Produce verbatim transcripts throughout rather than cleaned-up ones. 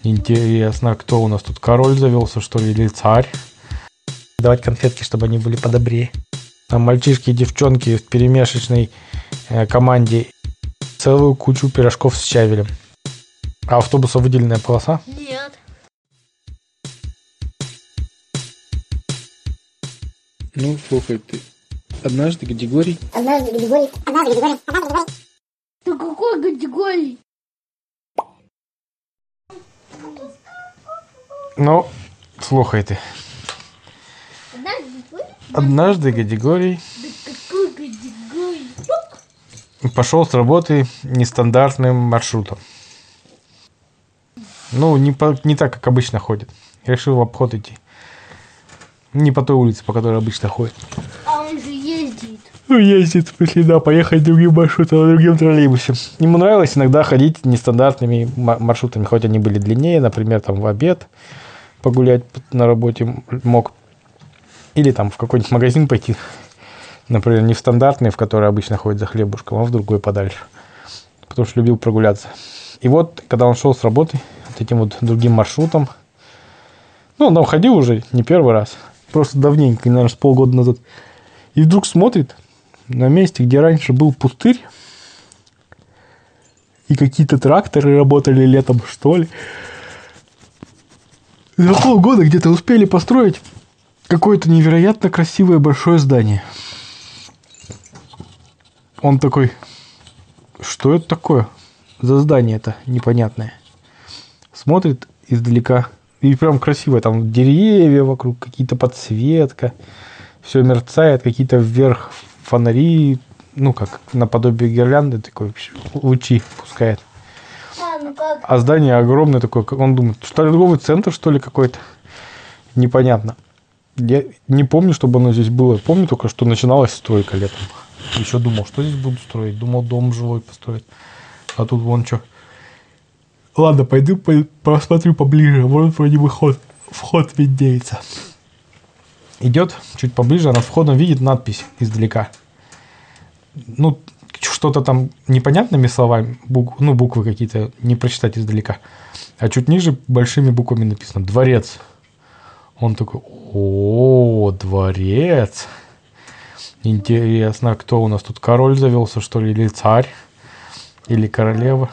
Интересно, кто у нас тут? Король завелся, что ли, или царь? Давать конфетки, чтобы они были подобрее. Там мальчишки и девчонки в перемешечной э, команде. Целую кучу пирожков с щавелем. А автобуса выделенная полоса? Нет. Ну, слушай, ты однажды категорий. Однажды категорий. Однажды категорий. Однажды категорий. Ты какой категории? Ну, слухайте. Однажды категории? Однажды категорий. Да какой категории? Пошел с работы нестандартным маршрутом. Ну, не, по, не так, как обычно ходит. Решил в обход идти. Не по той улице, по которой обычно ходит. А он же ездит. Ну, ездит, в смысле, да, поехать другим маршрутом, на другим троллейбусе. Ему нравилось иногда ходить нестандартными маршрутами, хоть они были длиннее, например, там в обед погулять на работе мог. Или там в какой-нибудь магазин пойти, например, не в стандартный, в который обычно ходит за хлебушком, а в другой подальше. Потому что любил прогуляться. И вот, когда он шел с работы, вот этим вот другим маршрутом, ну, он там ходил уже не первый раз, просто давненько, наверное, с полгода назад, и вдруг смотрит на месте, где раньше был пустырь, и какие-то тракторы работали летом, что ли. За полгода где-то успели построить какое-то невероятно красивое большое здание. Он такой, что это такое за здание-то непонятное? Смотрит издалека, и прям красиво, там деревья вокруг, какие-то подсветка, все мерцает, какие-то вверх фонари, ну как наподобие гирлянды, такой лучи пускает. А, ну как? А здание огромное такое, он думает, что торговый центр, что ли, какой-то? Непонятно. Я не помню, чтобы оно здесь было. Помню только, что начиналась стройка летом. Еще думал, что здесь будут строить. Думал, дом жилой построить. А тут вон что. Ладно, пойду посмотрю поближе. Вот вроде бы вход, вход виднеется. Идет чуть поближе, а над входом видит надпись издалека. Ну, что-то там непонятными словами, бук, ну, буквы какие-то не прочитать издалека. А чуть ниже большими буквами написано «Дворец». Он такой, о, дворец. Интересно, кто у нас тут? Король завелся, что ли, или царь? Или королева?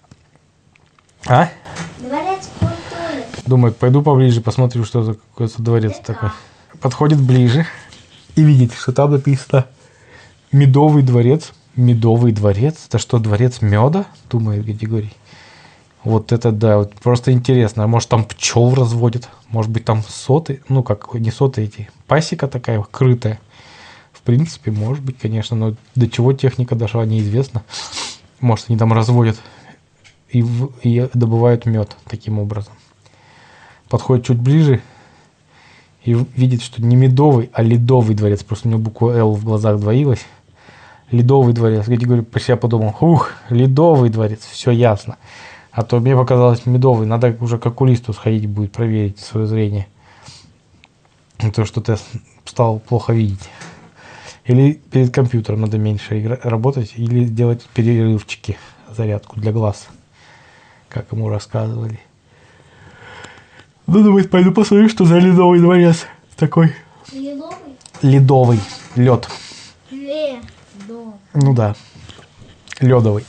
А? Дворец культуры. Думает, пойду поближе, посмотрю, что за какой-то дворец такой. Подходит ближе и видит, что там написано «Медовый дворец». Медовый дворец? Это что, дворец меда? Думает категорий. Вот это да, вот просто интересно. Может, там пчел разводят? Может быть, там соты? Ну, как, не соты эти. Пасека такая, крытая. В принципе, может быть, конечно. Но до чего техника дошла, неизвестно. Может, они там разводят и, в, и добывают мед таким образом. Подходит чуть ближе и видит, что не медовый, а ледовый дворец. Просто у него буква «Л» в глазах двоилась. Ледовый дворец. Я говорю, про себя подумал, ух, ледовый дворец, все ясно. А то мне показалось медовый. Надо уже к окулисту сходить будет, проверить свое зрение. То, что ты стал плохо видеть. Или перед компьютером надо меньше игра- работать, или делать перерывчики, зарядку для глаз. Как ему рассказывали. Ну, думает, пойду посмотрю, что за ледовый дворец такой. Ледовый? Ледовый. Лед. Ледовый. Ну да. Ледовый.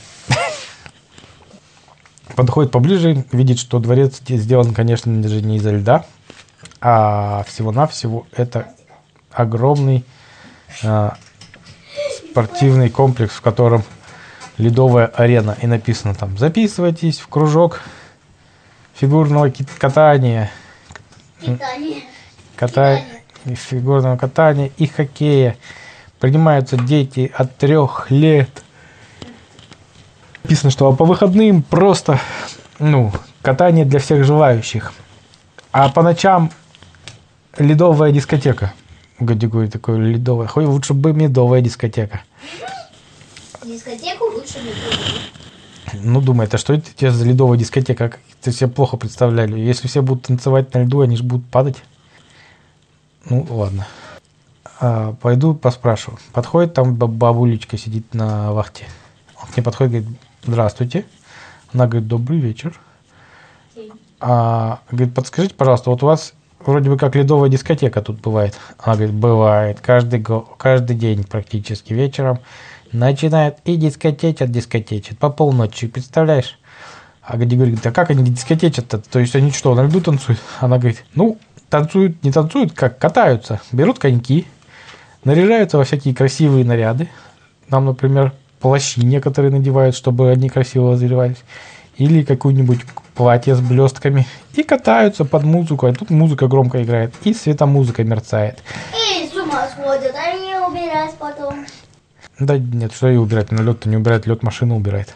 Подходит поближе, видит, что дворец сделан, конечно, даже не изо льда, а всего-навсего это огромный а, спортивный комплекс, в котором ледовая арена. И написано там: записывайтесь в кружок фигурного катания, Китание. ката... фигурного катания и хоккея. Принимаются дети от трех лет. Написано, что по выходным просто, ну, катание для всех желающих. А по ночам ледовая дискотека. В категории такой ледовая. Хоть лучше бы медовая дискотека. Дискотеку лучше не. Ну, думай, а что это тебе за ледовая дискотека? Как ты себе плохо представляли? Если все будут танцевать на льду, они же будут падать. Ну, ладно. А, пойду поспрашиваю. Подходит, там бабулечка сидит на вахте. Он к ней подходит, говорит: здравствуйте. Она говорит: добрый вечер. А, говорит, подскажите, пожалуйста, вот у вас вроде бы как ледовая дискотека тут бывает. Она говорит, бывает. Каждый, го- каждый день практически вечером начинает и дискотечат, дискотечат. По полночи, представляешь? А Гади говорит, а как они дискотечат-то? То есть они что, на льду танцуют? Она говорит, ну, танцуют, не танцуют, как катаются. Берут коньки, наряжаются во всякие красивые наряды. Нам, например, плащи некоторые надевают, чтобы они красиво развивались. Или какое-нибудь платье с блестками. И катаются под музыку. А тут музыка громко играет. И светомузыка мерцает. И с ума сходят, а не убирать потом. Да нет, что и убирать? На лед-то не убирает, лед машина убирает.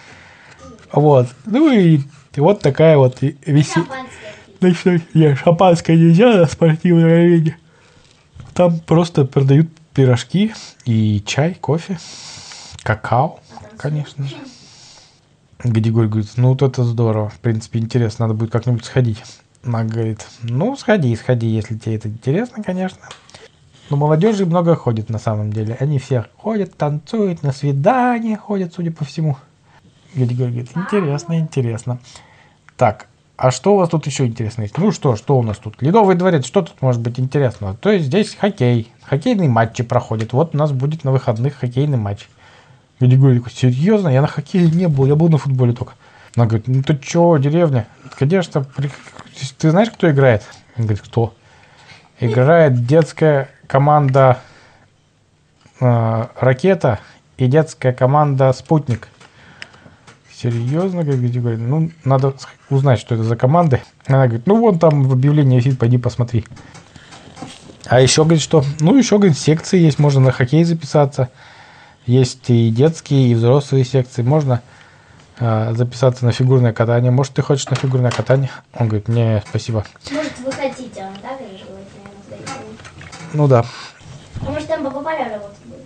Вот. Ну и вот такая вот веси... Шампанское. Нет, шампанское нельзя на спортивной арене. Там просто продают пирожки и чай, кофе, какао, конечно же. Григорий говорит, ну вот это здорово, в принципе интересно, надо будет как-нибудь сходить. Она говорит, ну сходи, сходи, если тебе это интересно, конечно. Но молодежи много ходит на самом деле. Они все ходят, танцуют, на свидания ходят, судя по всему. Григорий говорит, интересно, интересно. Так, а что у вас тут еще интересно есть? Ну что, что у нас тут? Ледовый дворец, что тут может быть интересного? То есть здесь хоккей, хоккейные матчи проходят. Вот у нас будет на выходных хоккейный матч. Григорий говорит, серьезно? Я на хоккее не был, я был на футболе только. Она говорит, ну ты че, деревня? Конечно, при... ты знаешь, кто играет? Он говорит, кто? Играет детская команда э, «Ракета» и детская команда «Спутник». Серьезно, Григорий? Ну, надо узнать, что это за команды. Она говорит, ну вон там в объявлении висит, пойди посмотри. А еще, говорит, что? Ну, еще, говорит, секции есть, можно на хоккей записаться. Есть и детские, и взрослые секции. Можно э, записаться на фигурное катание. Может, ты хочешь на фигурное катание? Он говорит, не, спасибо. Может, вы хотите, он так или же, наверное, Ну да. а может, там папа работать будет?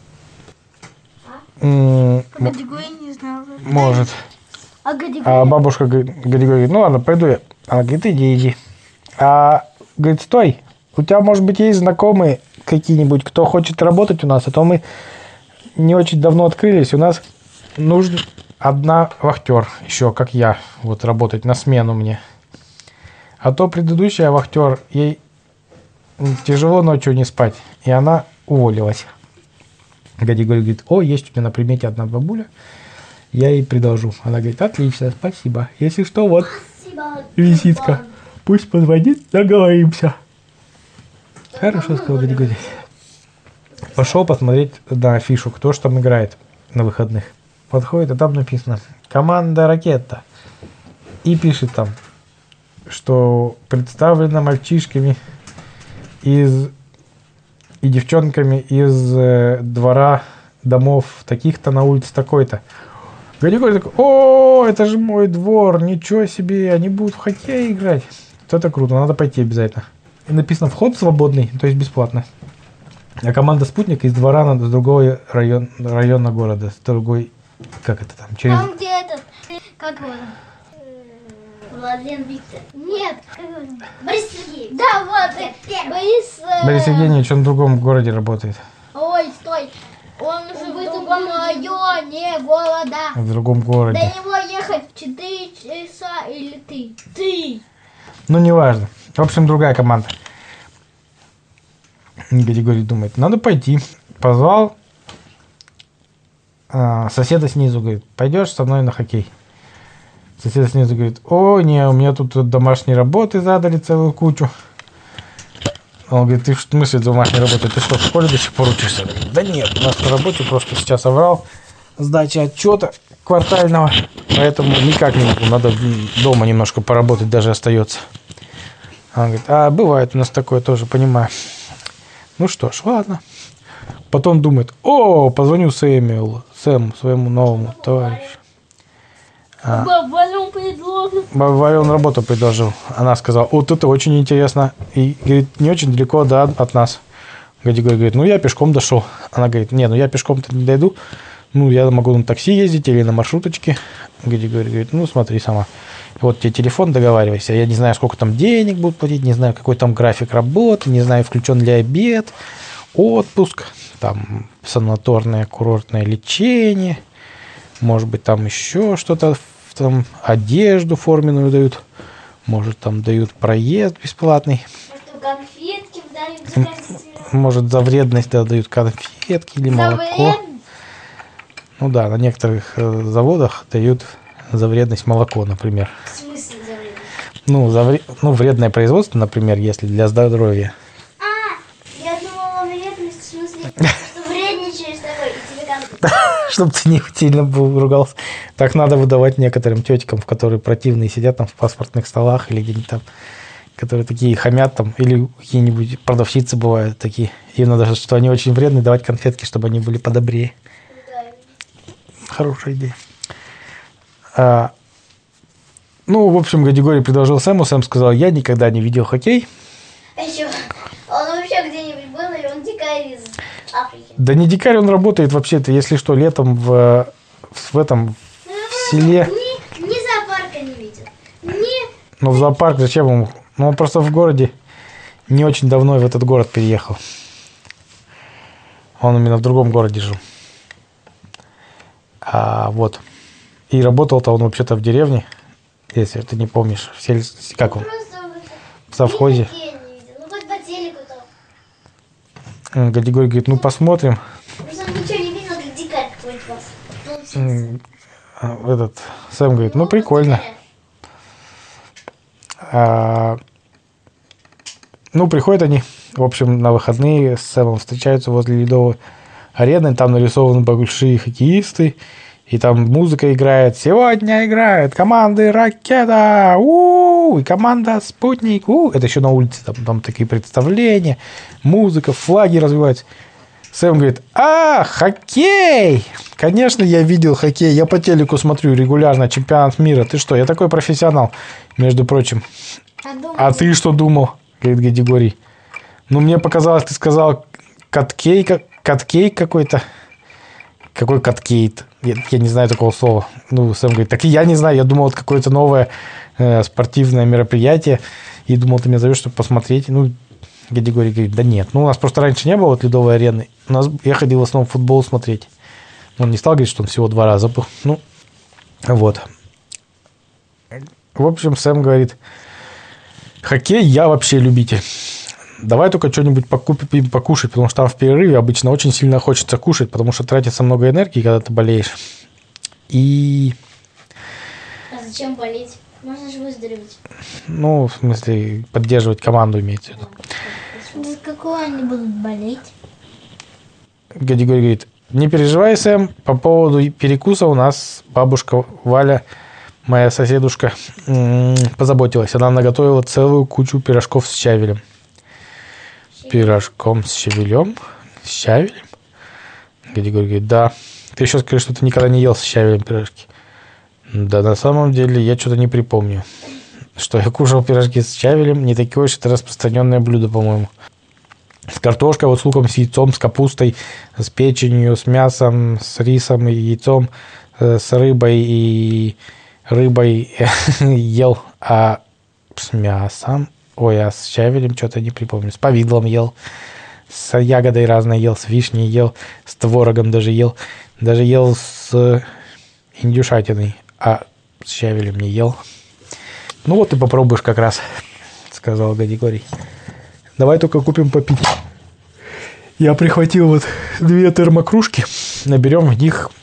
М, Гадигорий не знала. Может. А Гадигорий? А бабушка говорит, говорит, ну ладно, пойду я. Она говорит, иди, иди. А, говорит, стой, у тебя, может быть, есть знакомые какие-нибудь, кто хочет работать у нас, а то мы не очень давно открылись, у нас нужен одна вахтер, еще как я, вот работать на смену мне. А то предыдущая вахтер, ей тяжело ночью не спать, и она уволилась. Гадигорий говорит, о, есть у меня на примете одна бабуля, я ей предложу. Она говорит, отлично, спасибо. Если что, вот Спасибо. визитка. Пусть позвонит, договоримся. Хорошо, сказал Григорий. Пошел посмотреть на афишу, кто же там играет на выходных. Подходит, а там написано «Команда Ракета». И пишет там, что представлена мальчишками из и девчонками из э, двора домов таких-то на улице такой-то. Григорий такой, о, это же мой двор, ничего себе, они будут в хоккей играть. Вот это круто, надо пойти обязательно. И написано вход свободный, то есть бесплатно. А команда «Спутник» из двора на другой район, района города, с другой, как это там, через... Там где этот, как его? Владлен Виктор. Нет, как его? Борис Сергеевич. Да, вот, э, Борис... Э... Борис Евгеньевич, он в другом городе работает. Ой, стой. Он же в другом районе города. В другом городе. До него ехать четыре часа или ты? Ты. Ну, неважно. В общем, другая команда. Григорий думает, надо пойти. Позвал а, соседа снизу, говорит, пойдешь со мной на хоккей? Сосед снизу говорит, о, не, у меня тут домашние работы задали целую кучу. Он говорит, ты в смысле домашней работы? Ты что, в школе до сих пор учишься? Говорит, да нет, у нас на работе просто сейчас оврал сдача отчета квартального, поэтому никак не могу, надо дома немножко поработать, даже остается. Он говорит, а бывает у нас такое тоже, понимаю. Ну что ж, ладно. Потом думает, о, позвоню Сэмюэлу, Сэму, своему новому товарищу. А, Бабалю предложил. Бабе он работу предложил. Она сказала, вот это очень интересно. И говорит, не очень далеко, да, от нас. Григорий говорит, ну я пешком дошел. Она говорит, не, ну я пешком-то не дойду. Ну я могу на такси ездить или на маршруточке. Григорий говорит, ну смотри сама. Вот тебе телефон, договаривайся. Я не знаю, сколько там денег будут платить, не знаю, какой там график работы, не знаю, включен ли обед, отпуск, там санаторное курортное лечение. Может быть, там еще что-то там одежду форменную дают, может, там дают проезд бесплатный. Может, конфетки дают. Может, за вредность да, дают конфетки или молоко. Ну да, на некоторых э, заводах дают за вредность молоко, например. В смысле за вредность? Ну, за вре... ну, вредное производство, например, если для здоровья. А, я думала, вредность в смысле, что вредничаешь такой, и тебе конфетки. Чтобы ты не сильно был ругался. Так надо выдавать некоторым тетикам, в которые противные сидят там в паспортных столах или где-нибудь там, которые такие хамят там, или какие-нибудь продавщицы бывают такие. Им надо, что они очень вредные, давать конфетки, чтобы они были подобрее. Хорошая идея. А, ну, в общем, Гадигорий предложил Сэму. Сэм сказал, я никогда не видел хоккей. А еще, он вообще где-нибудь был, или он дикарь из Африки? Да не дикарь, он работает вообще-то, если что, летом в, в этом, в селе. Ни, ни зоопарка не видел, ни... Ну, в зоопарк зачем ему? Ну, он просто в городе не очень давно в этот город переехал. Он именно в другом городе жил. А, вот. И работал-то он вообще-то в деревне, если ты не помнишь, в сель... как он? В совхозе. Ну, хоть по телеку-то. Гадигорий говорит, ну, посмотрим. Просто он ничего не видел, как дикарь какой-то. Этот Сэм говорит, ну, прикольно. А, ну, приходят они, в общем, на выходные с Сэмом встречаются возле ледовой арены, там нарисованы большие хоккеисты, и там музыка играет. Сегодня играют команды «Ракета», у-у-у, и команда «Спутник». У-у-у. Это еще на улице, там, там такие представления, музыка, флаги развиваются. Сэм говорит, а, хоккей! Конечно, я видел хоккей, я по телеку смотрю регулярно, чемпионат мира. Ты что, я такой профессионал, между прочим. А, а ты что думал, говорит Гадигорий. Ну, мне показалось, ты сказал каткей, каткей какой-то. Какой каткейт? Я, я не знаю такого слова. Ну, Сэм говорит, так и я не знаю, я думал, это какое-то новое э, спортивное мероприятие, и думал, ты меня зовешь, чтобы посмотреть. Ну, Гадигорий говорит, да нет. Ну, у нас просто раньше не было вот ледовой арены. У нас, я ходил в основном футбол смотреть. Он не стал говорить, что он всего два раза был. Ну, вот. В общем, Сэм говорит, хоккей я вообще любитель. Давай только что-нибудь покупим, покушать, потому что там в перерыве обычно очень сильно хочется кушать, потому что тратится много энергии, когда ты болеешь. И... А зачем болеть? Можно же выздороветь. Ну, в смысле, поддерживать команду имеется в виду. Да с какого они будут болеть? Гадигорий говорит, не переживай, Сэм, по поводу перекуса у нас бабушка Валя, моя соседушка, позаботилась. Она наготовила целую кучу пирожков с щавелем. Пирожком с щавелем? С щавелем? Гадигорий говорит, да. Ты еще скажи, что ты никогда не ел с щавелем пирожки. Да, на самом деле, я что-то не припомню. Что я кушал пирожки с щавелем, не такое уж это распространенное блюдо, по-моему. С картошкой, вот с луком, с яйцом, с капустой, с печенью, с мясом, с рисом и яйцом, с рыбой и рыбой ел, а с мясом, ой, а с щавелем что-то не припомню, с повидлом ел, с ягодой разной ел, с вишней ел, с творогом даже ел, даже ел с индюшатиной, а с щавелем не ел. Ну вот ты попробуешь как раз, сказал Гадигорий. Давай только купим попить. Я прихватил вот две термокружки. Наберем в них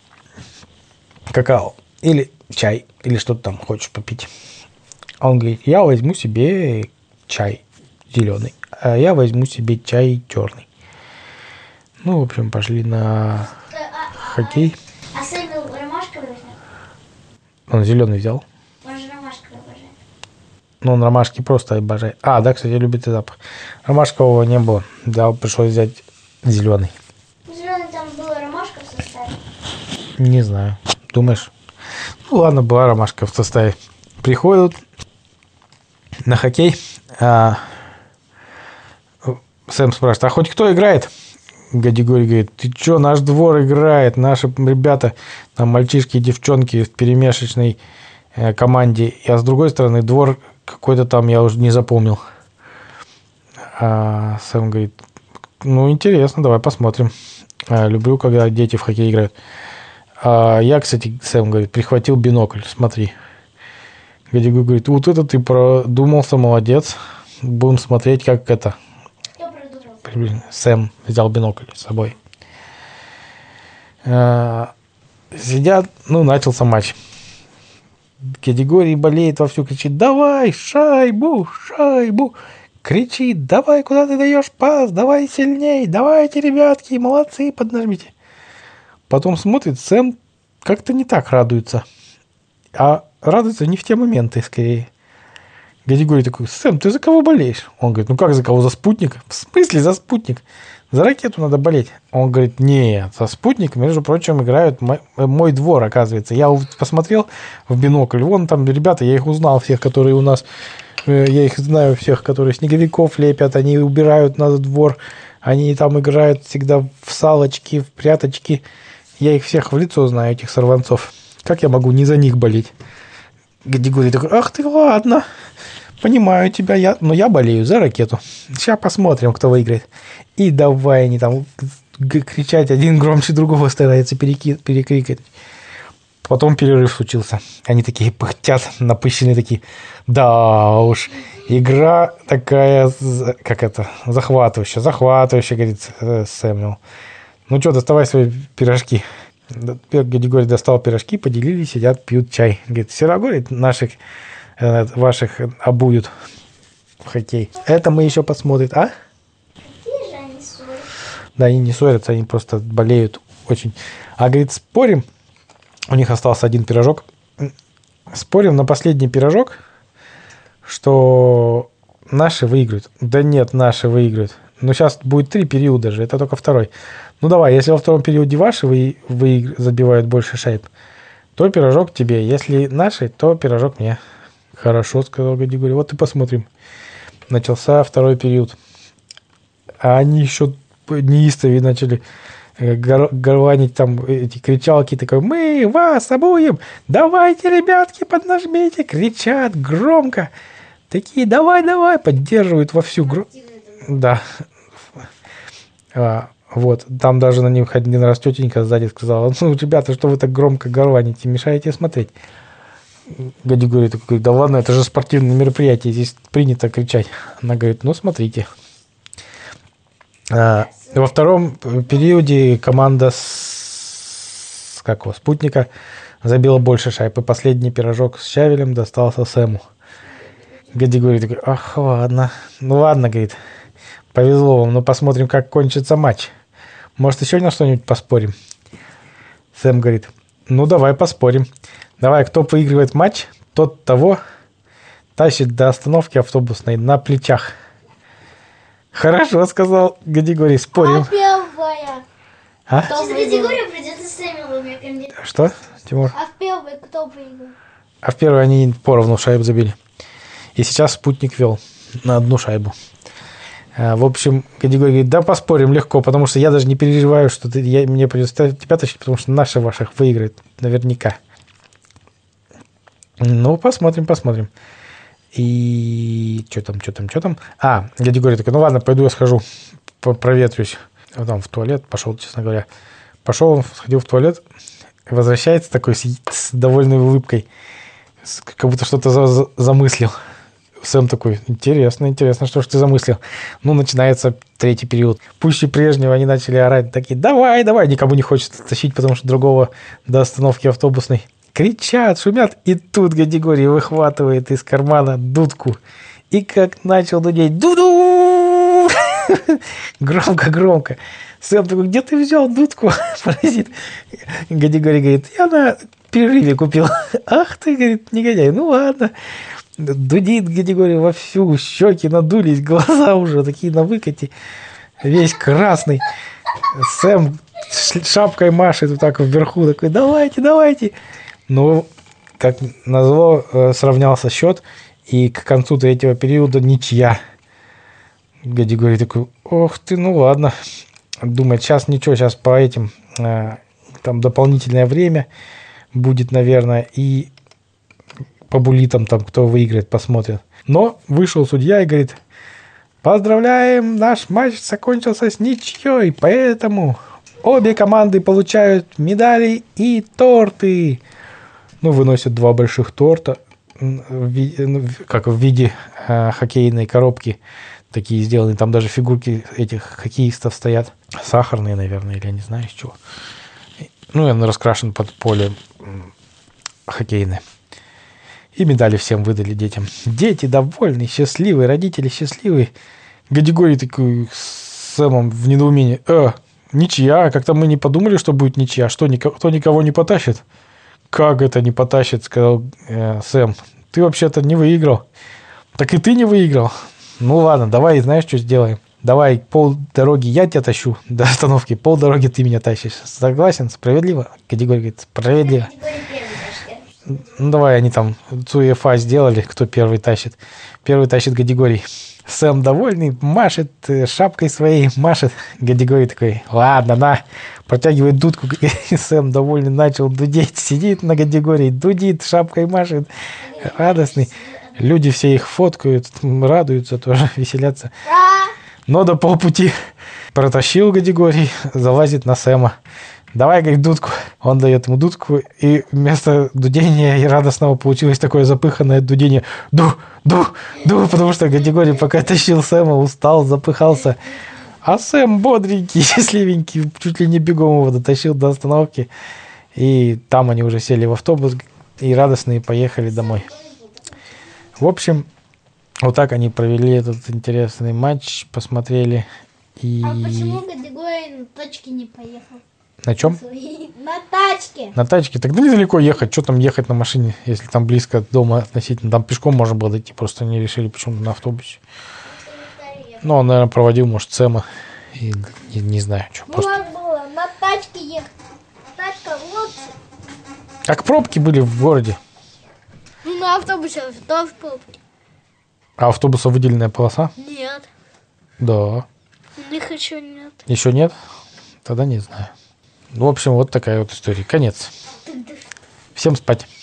какао. Или чай. Или что ты там хочешь попить. Он говорит, я возьму себе чай зеленый. А я возьму себе чай черный. Ну, в общем, пошли на хоккей. А Сэм ромашковый возьмет? Он зеленый взял. Он же ромашковый обожает. Ну, он ромашки просто обожает. А, да, кстати, любит и запах. Ромашкового не было. Да, пришлось взять зеленый. Зеленый там была ромашка в составе. Не знаю. Думаешь? Ну, ладно, была ромашка в составе. Приходят на хоккей. А... Сэм спрашивает, а хоть кто играет? Гадигорий говорит, ты чё, наш двор играет, наши ребята, там мальчишки и девчонки в перемешечной э, команде. А с другой стороны, двор какой-то там, я уже не запомнил. А Сэм говорит, ну, интересно, давай посмотрим. А, люблю, когда дети в хоккей играют. А я, кстати, Сэм говорит, прихватил бинокль, смотри. Гадигорий говорит, вот это ты продумался, молодец. Будем смотреть, как это. Кто продумал? Сэм взял бинокль с собой. А, сидят, ну, начался матч. Гадигорий болеет вовсю, кричит, давай, шайбу, шайбу. Кричит, давай, куда ты даешь пас, давай сильней, давайте, ребятки, молодцы, поднажмите. Потом смотрит, Сэм как-то не так радуется. А радуется не в те моменты, скорее. Гадигорий такой, Сэм, ты за кого болеешь? Он говорит, ну как за кого, за спутник? В смысле за спутник? За ракету надо болеть. Он говорит, нет, за спутник, между прочим, играют мой, мой двор, оказывается. Я посмотрел в бинокль, вон там ребята, я их узнал всех, которые у нас, я их знаю всех, которые снеговиков лепят, они убирают на двор, они там играют всегда в салочки, в пряточки. Я их всех в лицо знаю, этих сорванцов. Как я могу не за них болеть? Гадигорий такой, ах ты, ладно, понимаю тебя, я, но я болею за ракету. Сейчас посмотрим, кто выиграет. И давай они там кричать, один громче другого старается переки- перекрикать. Потом перерыв случился. Они такие пыхтят, напыщенные такие. Да уж, игра такая, как это, захватывающая, захватывающая, говорит Сэмюэл. Ну что, доставай свои пирожки. Гадигорий достал пирожки, поделились, сидят, пьют чай. Говорит, все равно, говорит, наших, э, ваших обуют в хоккей. Это мы еще посмотрим, а? Какие же они ссорятся? Да, они не ссорятся, они просто болеют очень. А, говорит, спорим, у них остался один пирожок. Спорим на последний пирожок, что наши выиграют. Да нет, наши выиграют. Но сейчас будет три периода же, это только второй. Ну давай, если во втором периоде ваши вы, вы забивают больше шайб, то пирожок тебе. Если наши, то пирожок мне. Хорошо, сказал Гадигорий. Вот и посмотрим. Начался второй период. А они еще неистовее начали гор- горланить там эти кричалки. Такой, мы вас обуем! Давайте, ребятки, поднажмите! Кричат громко. Такие, давай, давай, поддерживают вовсю. Гро... Да. А, вот, там даже на них один раз тетенька сзади сказала, ну, ребята, что вы так громко горланите, мешаете смотреть. Гадигорий такой, да ладно, это же спортивное мероприятие, здесь принято кричать. Она говорит, ну, смотрите. А, во втором периоде команда с, как его, спутника забила больше шайб, и последний пирожок с щавелем достался Сэму. Гадигорий такой, ах, ладно, ну ладно, говорит, повезло вам, но посмотрим, как кончится матч. Может, еще на что-нибудь поспорим? Сэм говорит, ну давай поспорим. Давай, кто выигрывает матч, тот того тащит до остановки автобусной на плечах. Хорошо, сказал Гадигорий, спорим. А первая? А? Сейчас Гадигорию придется Сэмюэлу мне комбинировать. Что, Тимур? А в первой кто выиграл? А в первой они поровну шайбу забили. И сейчас спутник вел на одну шайбу. В общем, Гадигорий говорит, да поспорим легко, потому что я даже не переживаю, что ты, я, мне придется тебя тащить, потому что наши ваших выиграет наверняка. Ну, посмотрим, посмотрим. И что там, что там, что там? А, Гадигорий такой, ну ладно, пойду я схожу, проветрюсь. Вот там в туалет пошел, честно говоря. Пошел, сходил в туалет, возвращается такой с, с довольной улыбкой, как будто что-то за, за, замыслил. Сэм такой, интересно, интересно, что ж ты замыслил. Ну, начинается третий период. Пуще прежнего они начали орать, такие, давай, давай. Никому не хочется тащить, потому что другого до остановки автобусной. Кричат, шумят. И тут Гадигорий выхватывает из кармана дудку. И как начал дудеть, дуду! Громко-громко. Сэм такой, где ты взял дудку? Паразит. Гадигорий говорит, я на перерыве купил. Ах ты, говорит, негодяй, ну ладно. Дудит Гадигорий вовсю, щеки надулись, глаза уже такие на выкате, весь красный. Сэм шапкой машет вот так вверху, такой, давайте, давайте. Ну, как назло, сравнялся счет, и к концу третьего периода ничья. Гадигорий такой, ох ты, ну ладно. Думает, сейчас ничего, сейчас по этим, там дополнительное время будет, наверное, и по булитам там, кто выиграет, посмотрят. Но вышел судья и говорит, поздравляем, наш матч закончился с ничьей, поэтому Обе команды получают медали и торты. Ну, выносят два больших торта, в ви- ну, в- как в виде э, хоккейной коробки. Такие сделаны. Там даже фигурки этих хоккеистов стоят. Сахарные, наверное, или я не знаю из чего. Ну, и он раскрашен под поле м, хоккейное. И медали всем выдали детям. Дети довольны, счастливые, родители счастливые. Гадигорий такой с Сэмом в недоумении. Э, ничья, как-то мы не подумали, что будет ничья. Что, нико- кто никого не потащит? Как это не потащит, сказал э, Сэм. Ты вообще-то не выиграл. Так и ты не выиграл. Ну ладно, давай, знаешь, что сделаем? Давай пол дороги я тебя тащу до остановки, пол дороги ты меня тащишь. Согласен? Справедливо? Гадигорий говорит, справедливо. Категория первый тащит. Ну давай, они там ЦУЕФА сделали, кто первый тащит. Первый тащит Гадигорий. Сэм довольный, машет э, шапкой своей, машет. Гадигорий такой, ладно, на, протягивает дудку. И Сэм довольный начал дудеть, сидит на Гадигории, дудит, шапкой машет, радостный. Люди все их фоткают, радуются тоже, веселятся. Ура! Но до полпути протащил Гадигорий, залазит на Сэма. Давай, говорит, дудку. Он дает ему дудку, и вместо дудения и радостного получилось такое запыханное дудение. Ду, ду, ду, потому что Гадигорий, пока тащил Сэма, устал, запыхался. А Сэм бодренький, счастливенький, чуть ли не бегом его дотащил до остановки. И там они уже сели в автобус и радостные поехали домой. В общем, вот так они провели этот интересный матч, посмотрели. И... А почему Гадигорий на тачке не поехал? На чем? На тачке. На тачке. Тогда недалеко ехать. Что там ехать на машине, если там близко от дома относительно. Там пешком можно было дойти, просто они решили почему-то на автобусе. Ну, он, наверное, проводил, может, Сэма. И не, не знаю, что. Ну, Просто... надо было на тачке ехать. Тачка лучше. Как пробки были в городе. Ну, на автобусе тоже пробки. А автобуса выделенная полоса? Нет. Да. У них еще нет. Еще нет? Тогда не знаю. В общем, вот такая вот история. Конец. Всем спать.